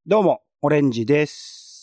どうも、オレンジです。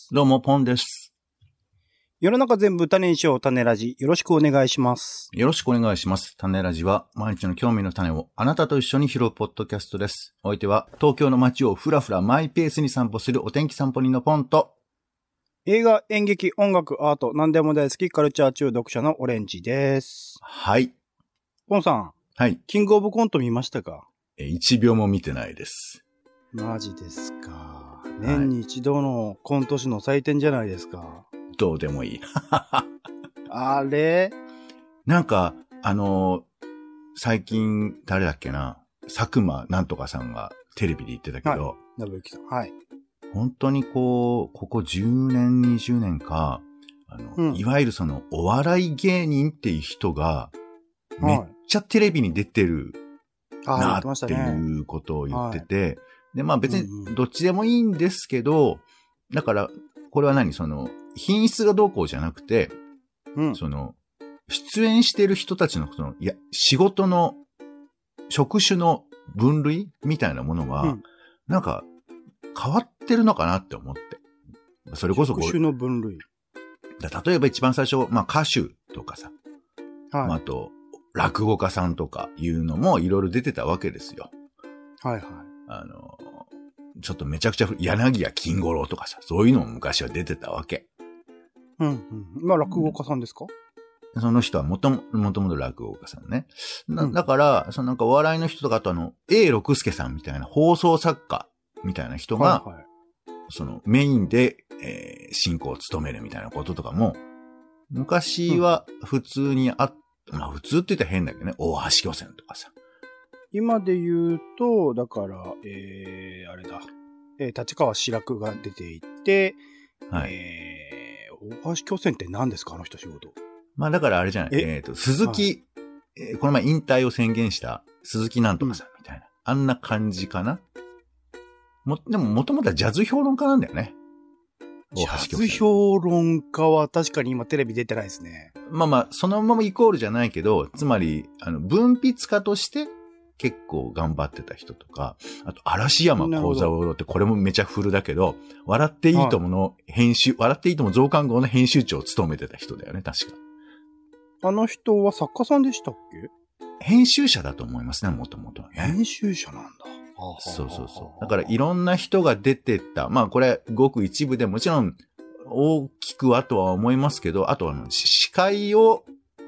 どうも、ポンです。 世の中全部種にしよう、種ラジ。よろしくお願いします。 よろしくお願いします。種ラジは、毎日の興味の種をあなたと一緒に拾うポッドキャストです。お相手は、東京の街をふらふらマイペースに散歩するお天気散歩人のポンと、 映画、演劇、音楽、アート、何でも大好き、カルチャー中毒者のオレンジです。 はい。 ポンさん。 はい。 キングオブコント見ましたか ？1秒も見てないです。 マジですか。年に一度のコント師の祭典じゃないですか。 どうでもいい。 あれなんか、最近、誰だっけな、佐久間なんとかさんがテレビで言ってたけど、 信之さん。はい。 本当にここ10年、20年か、いわゆるそのお笑い芸人っていう人が、めっちゃテレビに出てるなっていうことを言ってて、で、まあ別にどっちでもいいんですけど、だから、これはその、品質がどうこうじゃなくて、その、出演してる人たちの、仕事の、職種の分類みたいなものが、なんか、変わってるのかなって思って。それこそ職種の分類。 例えば一番最初、まあ歌手とかさ、 はい。 あと、落語家さんとかいうのもいろいろ出てたわけですよ。 はいはい。 ちょっとめちゃくちゃ柳家金五郎とかさ、そういうのも昔は出てたわけ。 まあ落語家さんですか？ その人はもともと落語家さんね。だから、そのなんかお笑いの人とか、あとA 六輔さんみたいな放送作家みたいな人が、そのメインで、進行を務めるみたいなこととかも、昔は普通にまあ普通って言ったら変だけどね、大橋巨泉とかさ。 今で言うと、だから、あれだ。立川志らくが出ていて、 はい。 大橋巨泉って何ですかあの人仕事。まあだからあれじゃない。鈴木、この前引退を宣言した鈴木なんとかさんみたいな。あんな感じかな。でも元々はジャズ評論家なんだよね。 ジャズ評論家は確かに今テレビ出てないですね。 まあまあ、そのままイコールじゃないけど、つまり、文筆家として結構頑張ってた人とか、あと、嵐山幸三郎ってこれもめちゃフルだけど、笑っていいともの笑っていいとも増刊号の編集長を務めてた人だよね、確か。 あの人は作家さんでしたっけ？ 編集者だと思いますね、もともとね。 編集者なんだ。 そうそうそう。だからいろんな人が出てた。まあこれごく一部でもちろん大きくはとは思いますけど、あと司会を、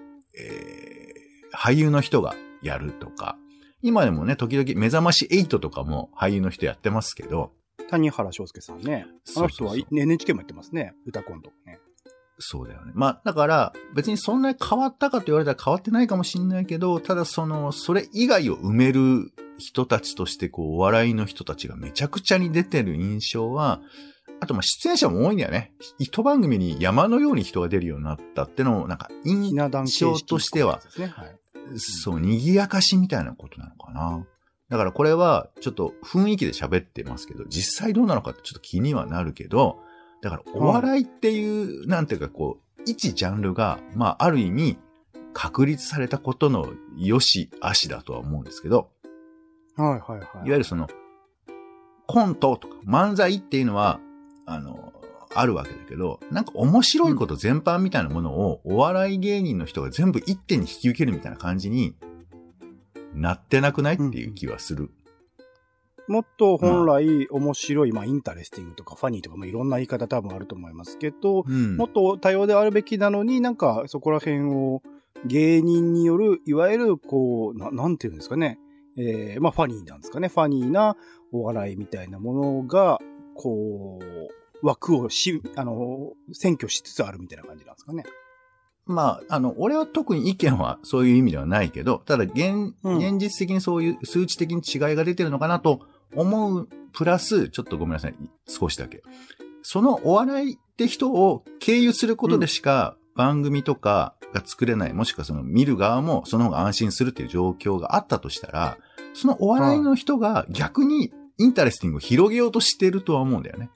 俳優の人がやるとか、今でもね、時々目覚まし8とかも俳優の人やってますけど。 谷原章介さんね。あの人は NHK もやってますね。歌コントね。 そうだよね。まあ、だから、別にそんなに変わったかと言われたら変わってないかもしれないけど、ただそれ以外を埋める人たちとして、お笑いの人たちがめちゃくちゃに出てる印象は、あと、出演者も多いんだよね。一番組に山のように人が出るようになったってのも、印象としては、そう、賑やかしみたいなことなのかな。だからこれは、ちょっと雰囲気で喋ってますけど、実際どうなのかってちょっと気にはなるけど、だから、お笑いっていう、なんていうか一ジャンルが、まあ、ある意味、確立されたことの良し悪しだとは思うんですけど、いわゆるコントとか漫才っていうのは、あるわけだけど、なんか面白いこと全般みたいなものを、お笑い芸人の人が全部一点に引き受けるみたいな感じになってなくないっていう気はする。 もっと本来面白い、まあインタレスティングとかファニーとかもいろんな言い方多分あると思いますけど、もっと多様であるべきなのになんかそこら辺を芸人による、いわゆるなんていうんですかね、まあファニーなんですかね、ファニーなお笑いみたいなものが、枠を占拠しつつあるみたいな感じなんですかね。 まあ、俺は特に意見はそういう意味ではないけど、ただ現実的にそういう数値的に違いが出てるのかなと思う、プラス、ちょっとごめんなさい、少しだけ。そのお笑いって人を経由することでしか番組とかが作れない、もしくは見る側もその方が安心するっていう状況があったとしたら、そのお笑いの人が逆にインタレスティングを広げようとしてるとは思うんだよね。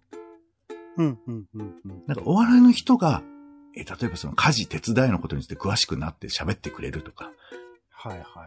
なんかお笑いの人が、例えば家事手伝いのことについて詳しくなって喋ってくれるとか。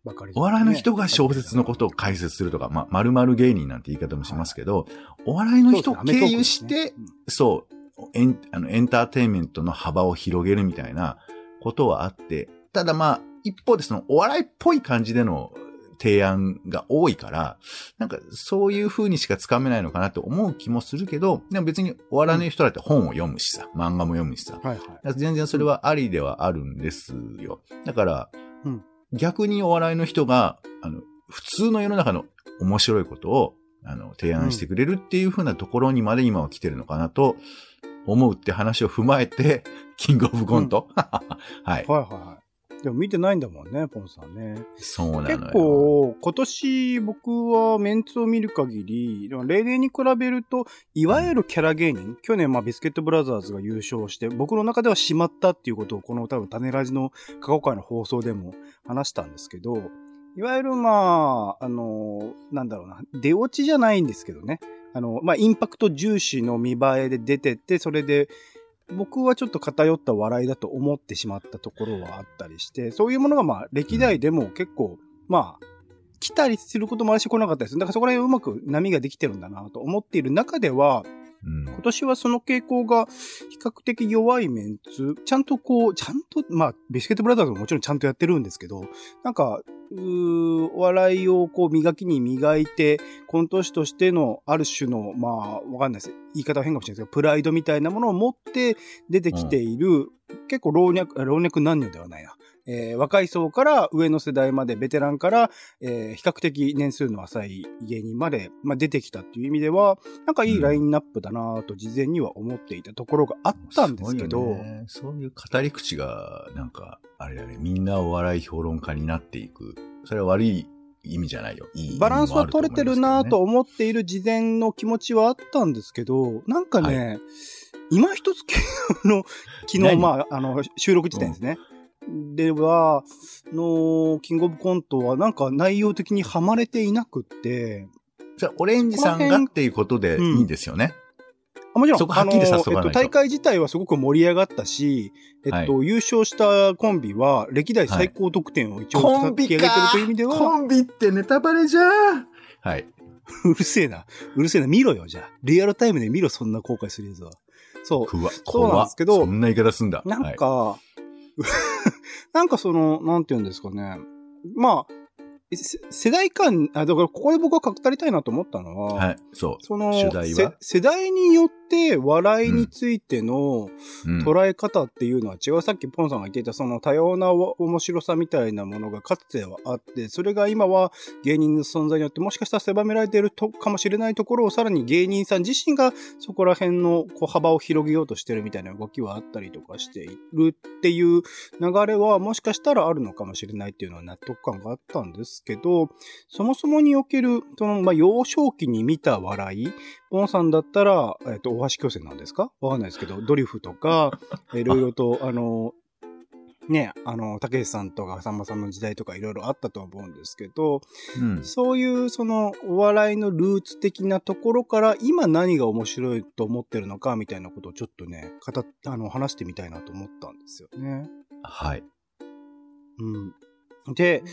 ばかり、ね。 お笑いの人が小説のことを解説するとか、まあ、〇〇芸人なんて言い方もしますけど、お笑いの人を経由して、そうエンターテインメントの幅を広げるみたいなことはあって、ただまあ、一方でそのお笑いっぽい感じでの提案が多いから、なんかそういう風にしかつかめないのかなと思う気もするけど、でも別にお笑いの人だって本を読むしさ、漫画も読むしさ、はいはい、全然それはありではあるんですよ。だから、逆にお笑いの人が、普通の世の中の面白いことを、提案してくれるっていう風なところにまで今は来てるのかなと思うって話を踏まえて、キングオブコント、はい。 はいはい。でも見てないんだもんね、ポンさんね。 そうなのよ。 結構、今年僕はメンツを見る限り、例年に比べると、いわゆるキャラ芸人、去年ビスケットブラザーズが優勝して、僕の中ではしまったっていうことを、この多分種ラジの過去回の放送でも話したんですけど、いわゆるなんだろうな、出落ちじゃないんですけどね。インパクト重視の見栄えで出てって、それで、僕はちょっと偏った笑いだと思ってしまったところはあったりして、そういうものが歴代でも結構、来たりすることもあるし来なかったりする。だからそこら辺うまく波ができてるんだなと思っている中では、今年はその傾向が比較的弱いメンツ、ちゃんとビスケットブラザーズももちろんちゃんとやってるんですけど、なんか、お笑いを磨きに磨いて、コント師としてのある種の、わかんないです。言い方は変かもしれないですけど、プライドみたいなものを持って出てきている、結構老若男女ではないな。若い層から上の世代まで、ベテランから、比較的年数の浅い芸人まで、出てきたっていう意味では、なんかいいラインナップだなぁと事前には思っていたところがあったんですけど、 そういう語り口が、なんか、みんなお笑い評論家になっていく。それは悪い意味じゃないよ。いいバランスは取れてるなぁと思っている事前の気持ちはあったんですけど、なんかね、今一つ昨日、収録時点ですね。では、キングオブコントはなんか内容的にはまれていなくって。 じゃあ、オレンジさんがっていうことでいいんですよね。 もちろん、 そこはっきりさせとかないと大会自体はすごく盛り上がったし、優勝したコンビは歴代最高得点を一応叩き上げてるという意味では。 コンビってネタバレじゃん。はい。 うるせえな、見ろよ、じゃあ。リアルタイムで見ろ、そんな後悔するやつは。そう。そうなんですけど。 そんな言い方すんだ。 なんか、なんかなんて言うんですかね。世代間、だからここで僕は語りたいなと思ったのは、 はい、そう。主題は世代によって笑いについての捉え方っていうのは違う。さっきポンさんが言っていたその多様な面白さみたいなものがかつてはあって、それが今は芸人の存在によってもしかしたら狭められているかもしれないところをさらに芸人さん自身がそこら辺の幅を広げようとしてるみたいな動きはあったりとかしているっていう流れはもしかしたらあるのかもしれないっていうのは納得感があったんですけど、そもそもにおける、幼少期に見た笑い、ポンさんだったら、大橋巨泉なんですか？わかんないですけど、ドリフとか、いろいろと、竹内さんとかさんまさんの時代とかいろいろあったと思うんですけど、そういうお笑いのルーツ的なところから今何が面白いと思ってるのかみたいなことをちょっとね、話してみたいなと思ったんですよね。 はい。 で、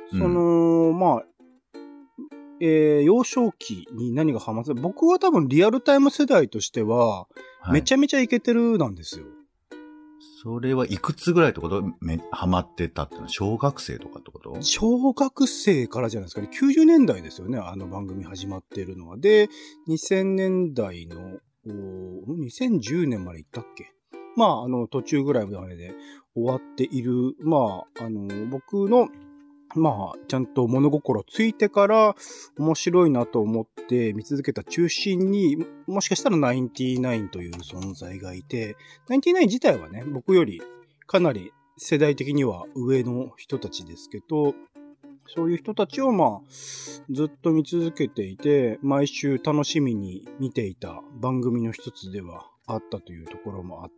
幼少期に何がハマって、僕は多分リアルタイム世代としては、めちゃめちゃイケてるなんですよ。 それはいくつぐらいってことハマってたってのは小学生とかってこと？ 小学生からじゃないですかね。90年代ですよね。あの番組始まってるのは。で、2000年代の、2010年まで行ったっけ？途中ぐらいまでで終わっている。僕の、ちゃんと物心ついてから面白いなと思って見続けた中心に、もしかしたらナインティナインという存在がいて、ナインティナイン自体はね、僕よりかなり世代的には上の人たちですけど、そういう人たちをずっと見続けていて、毎週楽しみに見ていた番組の一つではあったというところもあって、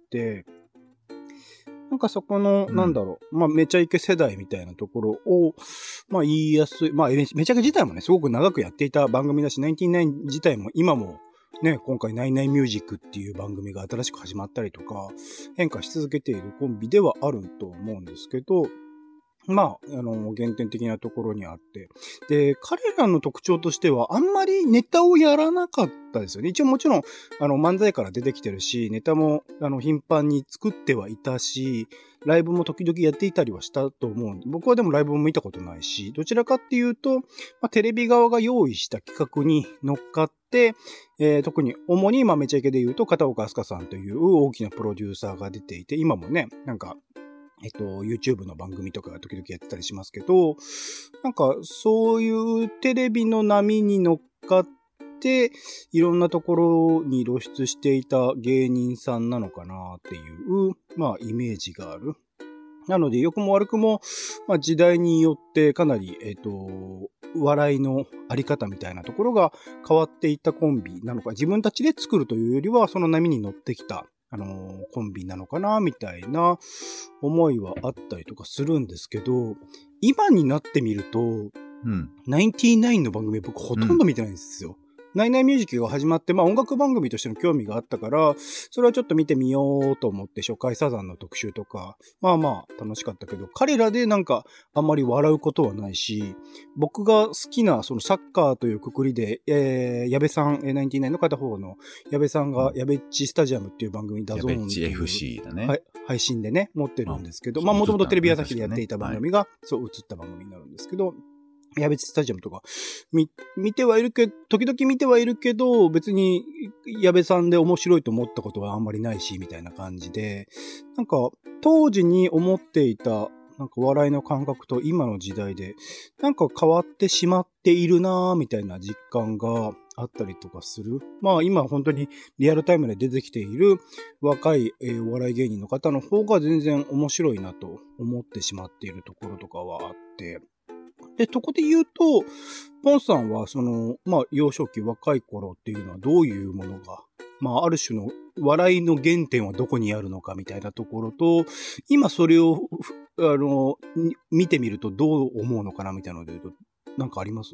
なんかそこの、めちゃイケ世代みたいなところを、言いやすい。めちゃイケ自体もね、すごく長くやっていた番組だし、ナインティナイン自体も今もね、今回ナインナインミュージックっていう番組が新しく始まったりとか、変化し続けているコンビではあると思うんですけど、 まあ、原点的なところにあって。で、彼らの特徴としては、あんまりネタをやらなかったですよね。一応もちろん、漫才から出てきてるし、ネタも、頻繁に作ってはいたし、ライブも時々やっていたりはしたと思うんで、僕はでもライブも見たことないし、どちらかっていうと、まあ、テレビ側が用意した企画に乗っかって、特に、主に、まあ、めちゃイケで言うと、片岡飛鳥さんという大きなプロデューサーが出ていて、今もね、なんか、YouTube の番組とかが時々やってたりしますけど、なんか、そういうテレビの波に乗っかって、いろんなところに露出していた芸人さんなのかなっていう、まあ、イメージがある。なので、良くも悪くも、まあ、時代によってかなり、笑いのあり方みたいなところが変わっていったコンビなのか、自分たちで作るというよりは、その波に乗ってきた、コンビなのかな、みたいな思いはあったりとかするんですけど、今になってみると、ナインティナインの番組僕ほとんど見てないんですよ。ナイナイミュージックが始まって、まあ音楽番組としての興味があったから、それはちょっと見てみようと思って初回サザンの特集とか、まあまあ楽しかったけど、彼らでなんかあんまり笑うことはないし、僕が好きなそのサッカーというくくりで、矢部さん、ナインティナインの片方の矢部さんが矢部っちスタジアムっていう番組ダゾーン矢部っち FC だね。 はい、配信でね、持ってるんですけど、まあもともとテレビ朝日でやっていた番組が、そう映った番組になるんですけど、矢部スタジアムとか見てはいるけど、時々見てはいるけど、別に矢部さんで面白いと思ったことはあんまりないし、みたいな感じで、なんか当時に思っていたなんか笑いの感覚と今の時代で、なんか変わってしまっているなぁ、みたいな実感があったりとかする。まあ今本当にリアルタイムで出てきている若いお笑い芸人の方の方が全然面白いなと思ってしまっているところとかはあって、で、とこで言うと、ポンさんは、まあ、幼少期若い頃っていうのはどういうものが、まあ、ある種の笑いの原点はどこにあるのかみたいなところと、今それを、見てみるとどう思うのかなみたいなので言うと、なんかあります？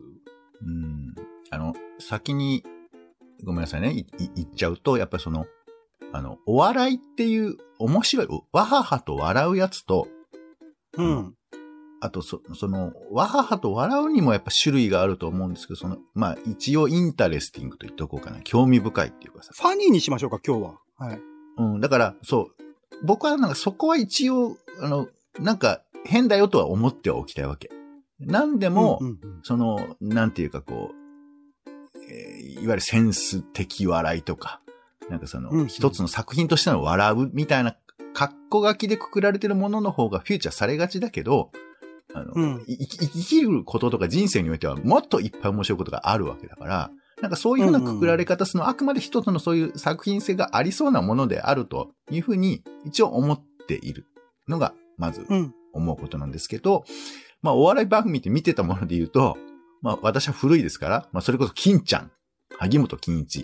先に、ごめんなさいね、言っちゃうと、やっぱりお笑いっていう面白い、わははと笑うやつと、あと、わははと笑うにもやっぱ種類があると思うんですけど、まあ、一応インタレスティングと言っておこうかな。興味深いっていうかさ。 ファニーにしましょうか、今日は。はい。 だから、そう。僕はなんかそこは一応、なんか変だよとは思っておきたいわけ。なんでも、なんていうかこう、いわゆるセンス的笑いとか、なんか一つの作品としての笑うみたいな格好書きでくくられてるものの方がフューチャーされがちだけど、生きることとか人生においてはもっといっぱい面白いことがあるわけだから、なんかそういうふうなくくられ方するのはあくまで一つのそういう作品性がありそうなものであるというふうに一応思っているのがまず思うことなんですけど、まあお笑い番組って見てたもので言うと、まあ私は古いですから、まあそれこそ金ちゃん、萩本欽一。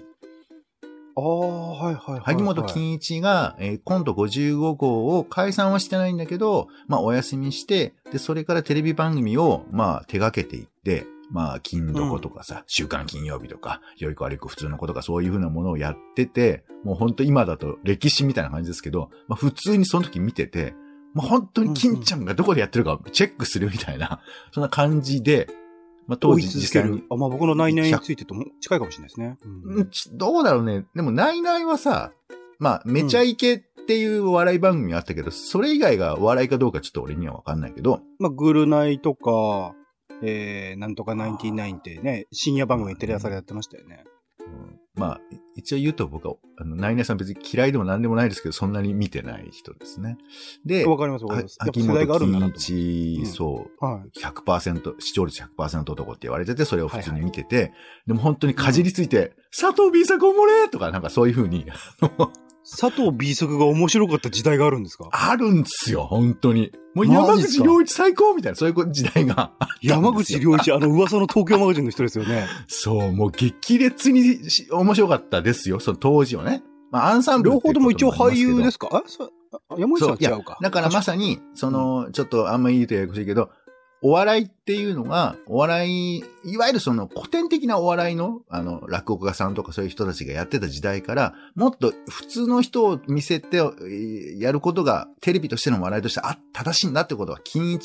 萩本欽一が、コント55号を解散はしてないんだけど、まあお休みして、で、それからテレビ番組を、まあ手掛けていって、まあ、金どことかさ、週刊金曜日とか、良い子悪い子普通の子とかそういう風なものをやってて、もうほんと今だと歴史みたいな感じですけど、まあ普通にその時見てて、まあ本当に金ちゃんがどこでやってるかチェックするみたいな、そんな感じで、まあ当時実際に。 まあ僕のナイナイについてとも近いかもしれないですね。 どうだろうね。でもナイナイはさ、まあめちゃイケっていう笑い番組があったけど、それ以外が笑いかどうかちょっと俺にはわかんないけど。 まあグルナイとか、なんとか99ってね、深夜番組テレ朝でやってましたよね。 まあ、一応言うと僕は、ナイナイさん別に嫌いでも何でもないですけど、そんなに見てない人ですね。で、 わかりますわかります。 秋元欽一、そう、100%、視聴率 100% 男って言われてて、それを普通に見てて、でも本当にかじりついて、佐藤 B 作おもれとかなんかそういう風に、 佐藤 B 作が面白かった時代があるんですか？ あるんですよ、本当に。もう山口良一最高みたいな、そういう時代が。 山口良一、噂の東京マガジンの人ですよね。 そう、もう激烈に面白かったですよ、その当時はね。まあ、アンサンブル。 両方とも一応俳優ですか？山口さんは違うか。 だからまさに、ちょっとあんまり言うとややこしいけど、お笑いっていうのが、お笑い、いわゆるその古典的なお笑いの、落語家さんとかそういう人たちがやってた時代から、もっと普通の人を見せて、やることがテレビとしての笑いとして正しいんだってことは、金一は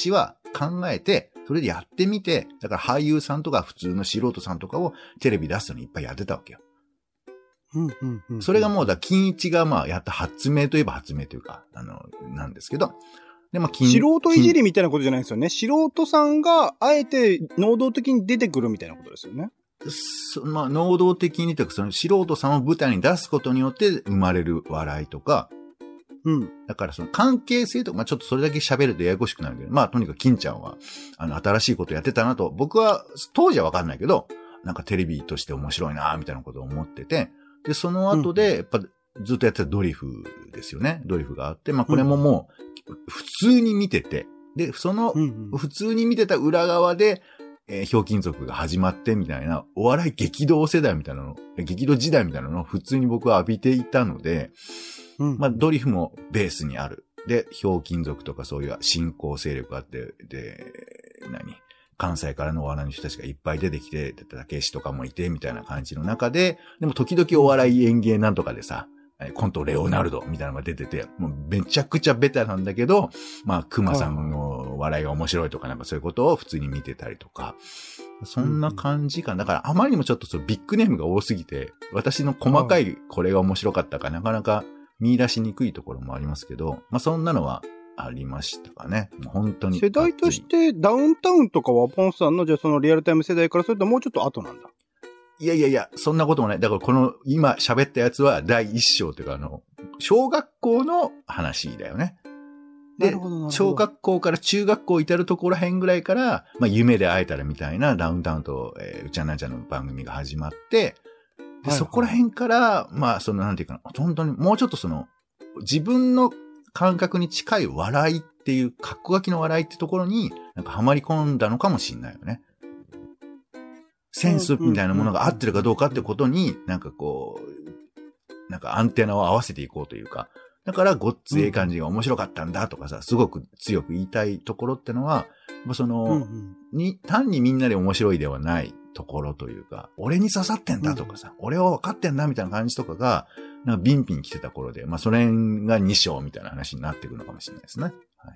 考えて、それでやってみて、だから俳優さんとか普通の素人さんとかをテレビ出すのにいっぱいやってたわけよ。それがもう金一がやった発明といえば発明というか、なんですけど、で、 素人いじりみたいなことじゃないですよね。素人さんがあえて能動的に出てくるみたいなことですよね。 能動的にというか、その素人さんを舞台に出すことによって生まれる笑いとか、だからその関係性とか、ちょっとそれだけ喋るとややこしくなるけど、とにかく金ちゃんは、新しいことやってたなと、僕は当時はわかんないけど、なんかテレビとして面白いなみたいなことを思ってて、で、その後で、やっぱずっとやってたドリフですよね。ドリフがあって、これももう、普通に見てて、で、その、普通に見てた裏側で、ひょうきん族が始まってみたいな、お笑い激動世代みたいなの、激動時代みたいなのを普通に僕は浴びていたので、ドリフもベースにある。で、ひょうきん族とかそういう新興勢力があって、で、関西からのお笑いの人たちがいっぱい出てきて、たけしとかもいて、みたいな感じの中で、でも時々お笑い演芸なんとかでさ、コントレオナルドみたいなのが出てて、もうめちゃくちゃベタなんだけど、熊さんの笑いが面白いとかなんかそういうことを普通に見てたりとか、そんな感じか。だからあまりにもちょっとビッグネームが多すぎて、私の細かいこれが面白かったかなかなか見出しにくいところもありますけど、そんなのはありましたかね。もう本当に。 世代としてダウンタウンとかはポンさんのじゃあそのリアルタイム世代からするともうちょっと後なんだ。 いや、そんなこともない。だからこの今喋ったやつは第一章というか小学校の話だよね。で、小学校から中学校至るところ辺ぐらいから、夢で会えたらみたいなダウンタウンと、うちゃなちゃんの番組が始まって、でそこら辺から、なんていうかな、本当にもうちょっと自分の感覚に近い笑いっていう、格好書きの笑いってところに、なんかハマり込んだのかもしれないよね。センスみたいなものが合ってるかどうかってことに、なんかアンテナを合わせていこうというか、だからごっつええ感じが面白かったんだとかさ、すごく強く言いたいところってのは、単にみんなで面白いではないところというか、俺に刺さってんだとかさ、俺は分かってんだみたいな感じとかが、なんかビンビン来てた頃で、それが2章みたいな話になってくるのかもしれないですね。はい。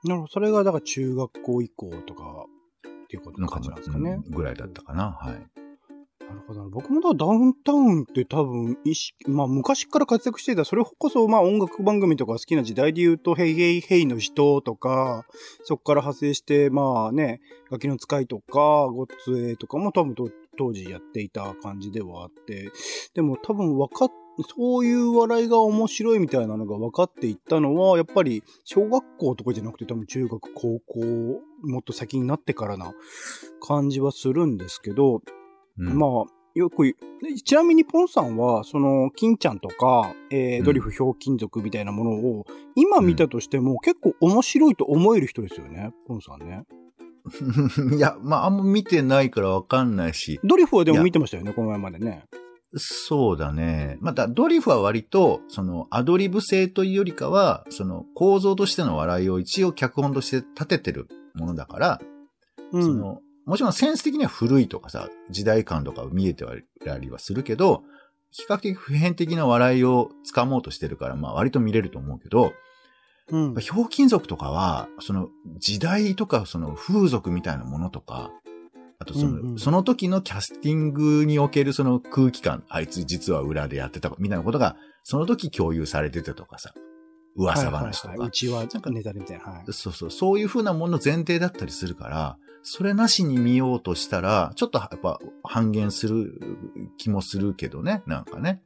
なるほど。それがだから中学校以降とかっていうことの感じなんですかね。 ぐらいだったかな。はい。 なるほど。僕もダウンタウンって多分昔から活躍していた、それこそ音楽番組とか好きな時代で言うと、ヘイヘイヘイの人とか、そこから派生して、ガキの使いとか、ごっつえとかも多分当時やっていた感じではあって、でも多分そういう笑いが面白いみたいなのが分かっていったのは、やっぱり小学校とかじゃなくて多分中学、高校、もっと先になってからな感じはするんですけど、よく、ちなみにポンさんは、金ちゃんとか、ドリフひょうきん族みたいなものを、今見たとしても、結構面白いと思える人ですよね、ポンさんね。 いや、あんま見てないからわかんないし。 ドリフはでも見てましたよね、この前までね。 そうだね。ドリフは割と、アドリブ性というよりかは、構造としての笑いを一応脚本として立ててるものだから、もちろんセンス的には古いとかさ、時代感とか見えてはたりはするけど、比較的普遍的な笑いをつかもうとしてるから、割と見れると思うけど、ひょうきん族とかは、時代とか風俗みたいなものとか、あとその時のキャスティングにおける空気感、あいつ実は裏でやってたみたいなことが、その時共有されてたとかさ、噂話とか。 うちはネタでみたいな。 そういう風なもの前提だったりするから、それなしに見ようとしたら、ちょっとやっぱ半減する気もするけどね、なんかね。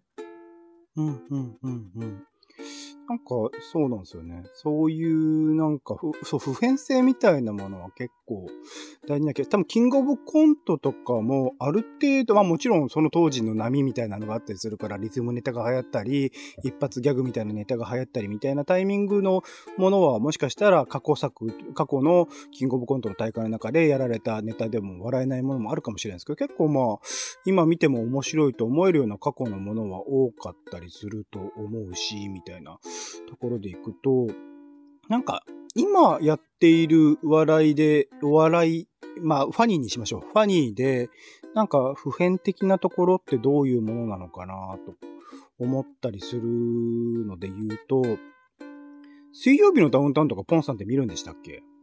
なんか、そうなんですよね。そういう、普遍性みたいなものは結構大事だけど、多分、キングオブコントとかも、ある程度、もちろんその当時の波みたいなのがあったりするから、リズムネタが流行ったり、一発ギャグみたいなネタが流行ったりみたいなタイミングのものは、もしかしたら過去のキングオブコントの大会の中でやられたネタでも笑えないものもあるかもしれないですけど、結構今見ても面白いと思えるような過去のものは多かったりすると思うし、みたいなところでいくと、今やっているお笑い、ファニーにしましょう。ファニーで、普遍的なところってどういうものなのかなと思ったりするので言うと、水曜日のダウンタウンとかポンさんって見るんでしたっけ？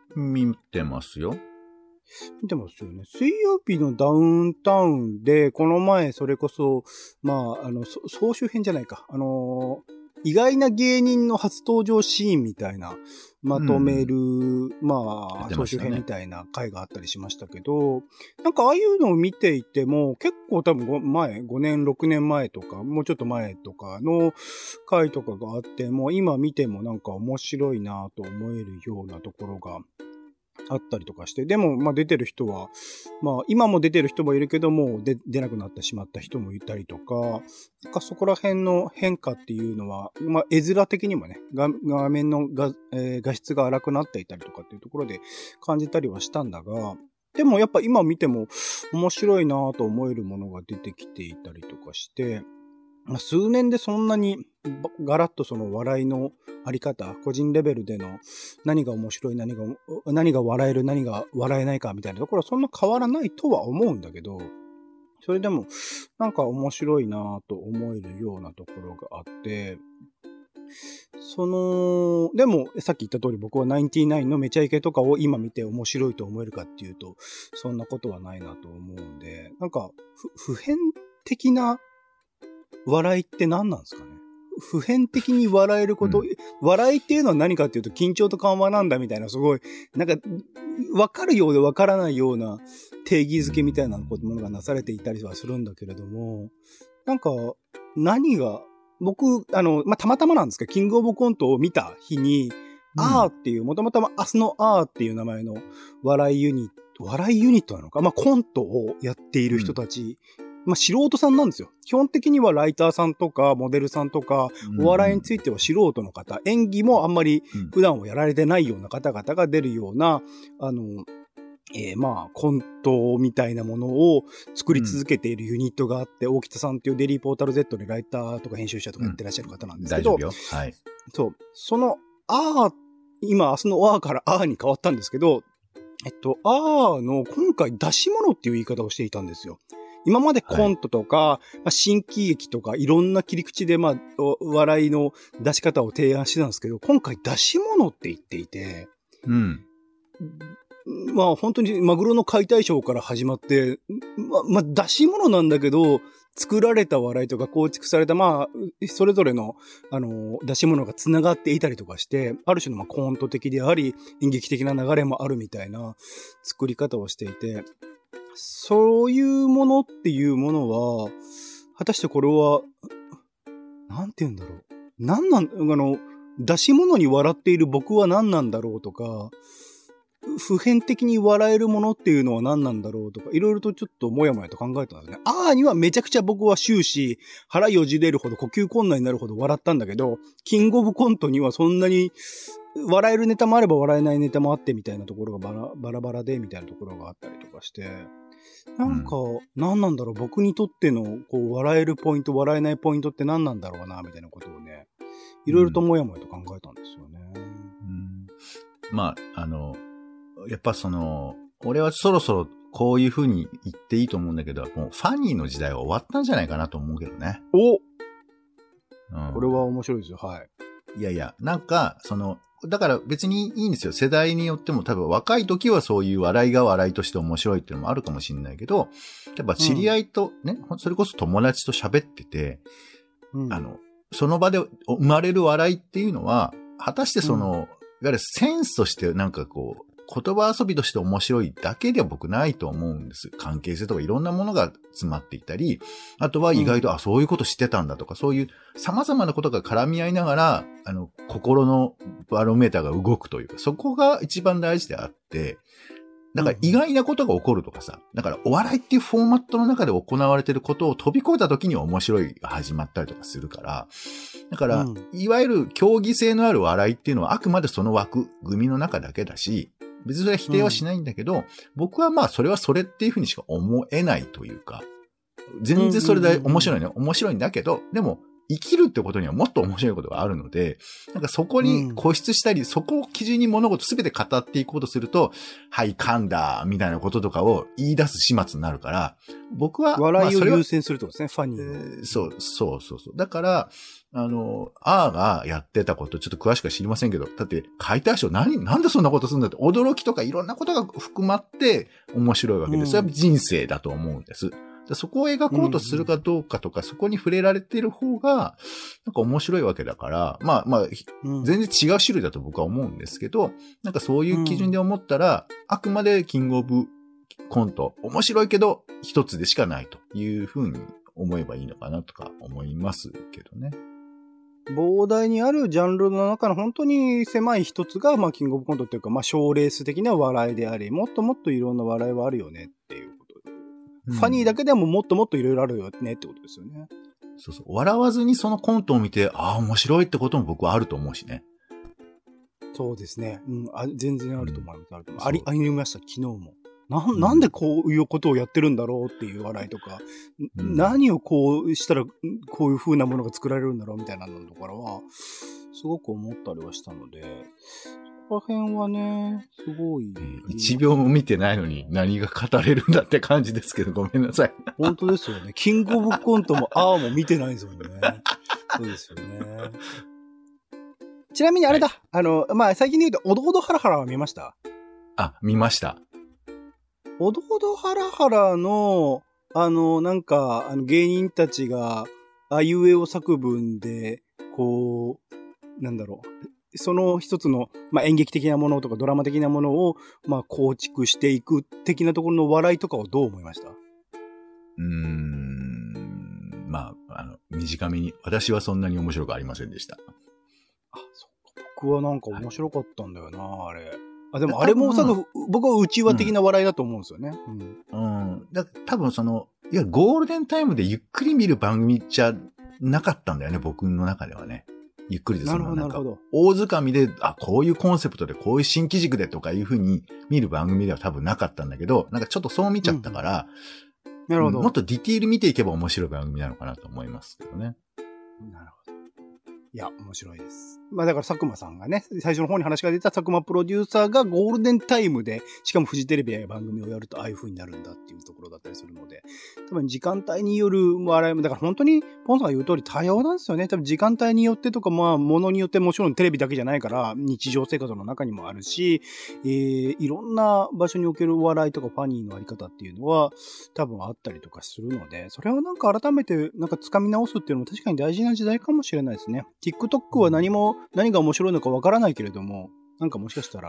見てますよ。 見てますよね。水曜日のダウンタウンで、この前、それこそ、まあ、総集編じゃないか。意外な芸人の初登場シーンみたいな、まとめる、まあ、総集編みたいな回があったりしましたけど、なんかああいうのを見ていても、結構多分5年、6年前とか、もうちょっと前とかの回とかがあって、もう今見てもなんか面白いなと思えるようなところが、あったりとかして、でも、まあ出てる人は、まあ今も出てる人もいるけども、出なくなってしまった人もいたりとか、なんかそこら辺の変化っていうのは、まあ絵面的にもね、画面の画質が荒くなっていたりとかっていうところで感じたりはしたんだが、でもやっぱ今見ても面白いなぁと思えるものが出てきていたりとかして、まあ、数年でそんなにガラッとその笑いのあり方、個人レベルでの何が面白い、何が笑える、何が笑えないかみたいなところはそんな変わらないとは思うんだけど、それでもなんか面白いなぁと思えるようなところがあって、でもさっき言った通り僕はナインティナインのめちゃイケとかを今見て面白いと思えるかっていうと、そんなことはないなと思うんで、なんか普遍的な笑いって何なんですかね。普遍的に笑えること、笑いっていうのは何かっていうと緊張と緩和なんだみたいな、すごい、なんか、わかるようでわからないような定義づけみたいなものがなされていたりはするんだけれども、なんか、僕、まあ、たまたまなんですけど、キングオブコントを見た日に、あーっていう、もともと明日のあーっていう名前の笑いユニットなのか、まあ、コントをやっている人たち、まあ、素人さんなんですよ。基本的にはライターさんとか、モデルさんとか、お笑いについては素人の方、演技もあんまり普段はやられてないような方々が出るような、まあ、コントみたいなものを作り続けているユニットがあって、大北さんっていうデリーポータル Z でライターとか編集者とかやってらっしゃる方なんですけど、 大丈夫よ。はい。 そう。その、今、明日のからに変わったんですけど、の今回出し物っていう言い方をしていたんですよ。今までコントとか、まあ、新喜劇とかいろんな切り口でまあ、笑いの出し方を提案してたんですけど、今回出し物って言っていて、まあ本当にマグロの解体ショーから始まって、まあ出し物なんだけど、作られた笑いとか構築された、まあ、それぞれの、出し物が繋がっていたりとかして、ある種のまあコント的であり、演劇的な流れもあるみたいな作り方をしていて、そういうものっていうものは、果たしてこれは、なんて言うんだろう。出し物に笑っている僕は何なんだろうとか、普遍的に笑えるものっていうのは何なんだろうとか、いろいろとちょっともやもやと考えたんですね。にはめちゃくちゃ僕は終始、腹よじれるほど呼吸困難になるほど笑ったんだけど、キングオブコントにはそんなに、笑えるネタもあれば笑えないネタもあってみたいなところがバラバラでみたいなところがあったりとかして、なんか、何なんだろう、僕にとっての、こう、笑えるポイント、笑えないポイントって何なんだろうな、みたいなことをね、いろいろともやもやと考えたんですよね。 まあ、やっぱ俺はそろそろこういう風に言っていいと思うんだけど、もうファニーの時代は終わったんじゃないかなと思うけどね。これは面白いですよ、はい。 いやいや、なんか、だから別にいいんですよ。世代によっても多分若い時はそういう笑いが笑いとして面白いっていうのもあるかもしれないけど、やっぱ知り合いとね、それこそ友達と喋ってて、その場で生まれる笑いっていうのは、果たしていわゆるセンスとしてなんかこう、言葉遊びとして面白いだけでは僕ないと思うんです。関係性とかいろんなものが詰まっていたり、あとは意外と、そういうこと知ってたんだとか、そういう様々なことが絡み合いながら、心のバロメーターが動くというか、そこが一番大事であって、だから意外なことが起こるとかさ、だからお笑いっていうフォーマットの中で行われていることを飛び越えた時に面白いが始まったりとかするから、だから、いわゆる競技性のある笑いっていうのはあくまでその枠組みの中だけだし、別にそれは否定はしないんだけど、僕はまあそれはそれっていうふうにしか思えないというか、全然それで面白いね。面白いんだけど、でも生きるってことにはもっと面白いことがあるので、なんかそこに固執したり、そこを基準に物事すべて語っていこうとすると、はい、噛んだ、みたいなこととかを言い出す始末になるから、僕は、 笑いを優先するってことですね、ファニーの。 そう。だから、あーがやってたこと、ちょっと詳しくは知りませんけど、だって解体ショーなんでそんなことするんだって、驚きとかいろんなことが含まって面白いわけです。それは人生だと思うんです。そこを描こうとするかどうかとか、そこに触れられてる方が、なんか面白いわけだから、まあ、全然違う種類だと僕は思うんですけど、なんかそういう基準で思ったら、あくまでキングオブコント、面白いけど、一つでしかないというふうに思えばいいのかなとか思いますけどね。 膨大にあるジャンルの中の本当に狭い一つが、まあ、キングオブコントっていうか、まあ、賞レース的な笑いであり、もっともっといろんな笑いはあるよねっていうことで。ファニーだけでももっともっといろいろあるよねってことですよね。 そう。笑わずにそのコントを見て、ああ、面白いってことも僕はあると思うしね。 そうですね。全然あると思います。ありました、昨日も。なんでこういうことをやってるんだろうっていう笑いとか、何をこうしたらこういう風なものが作られるんだろうみたいなのとかは、すごく思ったりはしたので、そこら辺はね、すごい。 1秒も見てないのに何が語れるんだって感じですけど、ごめんなさい。 本当ですよね。キングオブコントもも見てないですもんね。そうですよね。ちなみにあれだ、まあ、最近で言うと、おどおどハラハラは見ました？ 見ました。 おどおどハラハラの、なんか、芸人たちが、あいうえお作文で、こう、なんだろう。その一つの、まあ、演劇的なものとかドラマ的なものを、まあ、構築していく的なところの笑いとかをどう思いました？ まあ、短めに、私はそんなに面白くありませんでした。 そうか。僕はなんか面白かったんだよな、あれ。でもあれも僕は内輪的な笑いだと思うんですよね。 多分いや、ゴールデンタイムでゆっくり見る番組じゃなかったんだよね、僕の中ではね。ゆっくりでなんか、大掴みで、こういうコンセプトで、こういう新機軸でとかいう風に見る番組では多分なかったんだけど、なんかちょっとそう見ちゃったから、なるほど。もっとディティール見ていけば面白い番組なのかなと思いますけどね。 なるほど。いや、面白いです。まあだから佐久間さんがね、最初の方に話が出た佐久間プロデューサーがゴールデンタイムで、しかもフジテレビや番組をやるとああいう風になるんだっていうところだったりするので、多分時間帯による笑いも、だから本当にポンさんが言う通り多様なんですよね。多分時間帯によってとか、まあ物によってもちろんテレビだけじゃないから日常生活の中にもあるし、いろんな場所における笑いとかファニーのあり方っていうのは多分あったりとかするので、それをなんか改めてなんか掴み直すっていうのも確かに大事な時代かもしれないですね。TikTok は何が面白いのかわからないけれども、なんかもしかしたら、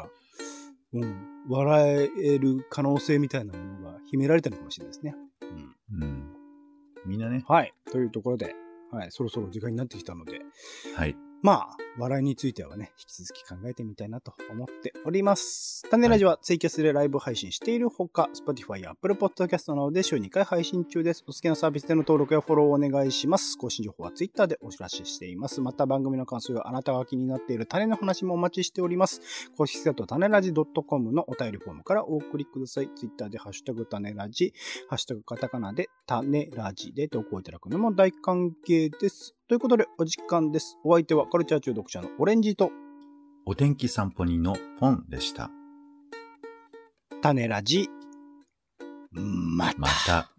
笑える可能性みたいなものが秘められてるのかもしれないですね。 みんなね。 はい。というところで、はい。そろそろ時間になってきたので、 はい。 まあ、笑いについてはね、引き続き考えてみたいなと思っております。種ラジはツイキャスでライブ配信しているほか、Spotify や Apple Podcast などで週2回配信中です。お好きなサービスでの登録やフォローをお願いします。更新情報は Twitter でお知らせしています。また番組の感想やあなたが気になっている種の話もお待ちしております。公式サイト種ラジ .com のお便りフォームからお送りください。Twitter でハッシュタグ種ラジ、ハッシュタグカタカナで種ラジで投稿いただくのも大歓迎です。ということで、お時間です。お相手はカルチャー中毒者のオレンジと、 お天気散歩人のポンでした。 種ラジ、また。